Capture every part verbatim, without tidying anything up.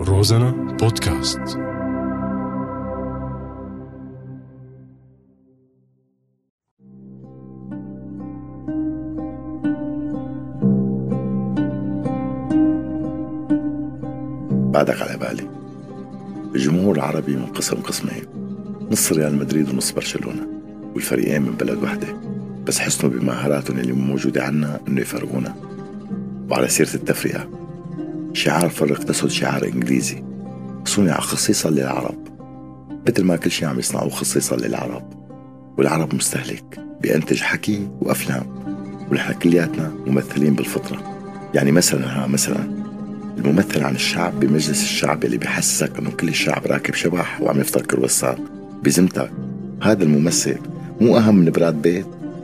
روزانا بودكاست. بعدك على بالي. الجمهور العربي منقسم قسمين، نص ريال مدريد ونص برشلونة، والفريقين من بلد وحدة، بس حسنوا بمهاراتهم اللي موجودة عنا انه يفرقونا. وعلى سيرة التفرقة، شعار فرق تسد شعار انجليزي صنع خصيصا للعرب، مثل ما كل شيء عم يصنعوه خصيصا للعرب. والعرب مستهلك بينتج حكي وافلام، ونحن كلياتنا ممثلين بالفطرة. يعني مثلا ها مثلا الممثل عن الشعب بمجلس الشعب اللي بيحسسك انه كل الشعب راكب شبح وعم يفتكر وساق بزمتك، هذا الممثل مو اهم من براد بيت؟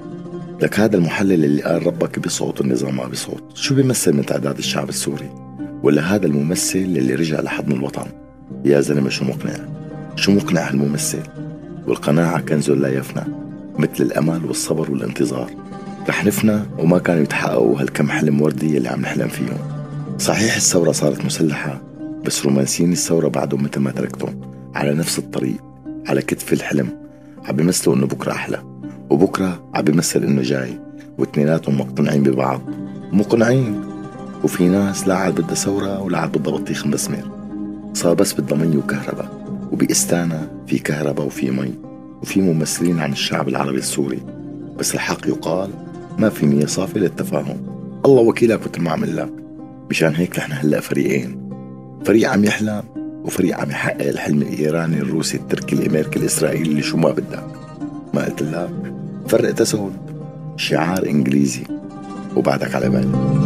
لك هذا المحلل اللي قال ربك بصوت والنظام ما بصوت، شو بيمثل من تعداد الشعب السوري؟ ولا هذا الممثل اللي رجع لحضن الوطن؟ يا زلمة شو مقنع، شو مقنع هالممثل. والقناعة كنز لا يفنى، مثل الأمل والصبر والانتظار. رح نفنى وما كانوا يتحققوا هالكم حلم وردي اللي عم نحلم فيهم. صحيح الثورة صارت مسلحة، بس رومانسيين الثورة بعدهم مثل ما تركتهم على نفس الطريق، على كتف الحلم، عم بيمثلوا انه بكرة احلى، وبكرة عم بيمثل انه جاي، واثنيناتهم مقتنعين ببعض، مقنعين. وفي ناس لا عاد بدها ثورة ولا عاد بدها بطيخ مسمر، صار بس بدها مي وكهرباء. وبإستانا في كهرباء وفي مي، وفي ممثلين عن الشعب العربي السوري، بس الحق يقال ما في نية صافية للتفاهم. الله وكيلك مثل ما عمل لك. مشان هيك نحن هلأ فريقين، فريق عم يحلم وفريق عم يحقق الحلم الإيراني الروسي التركي الأمريكي الإسرائيلي اللي شو ما بدك. ما قلت لك فرق تسود شعار إنجليزي وبعدك على بالي.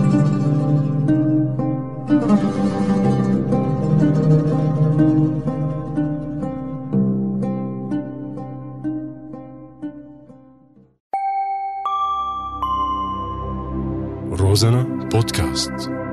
روزانا بودكاست.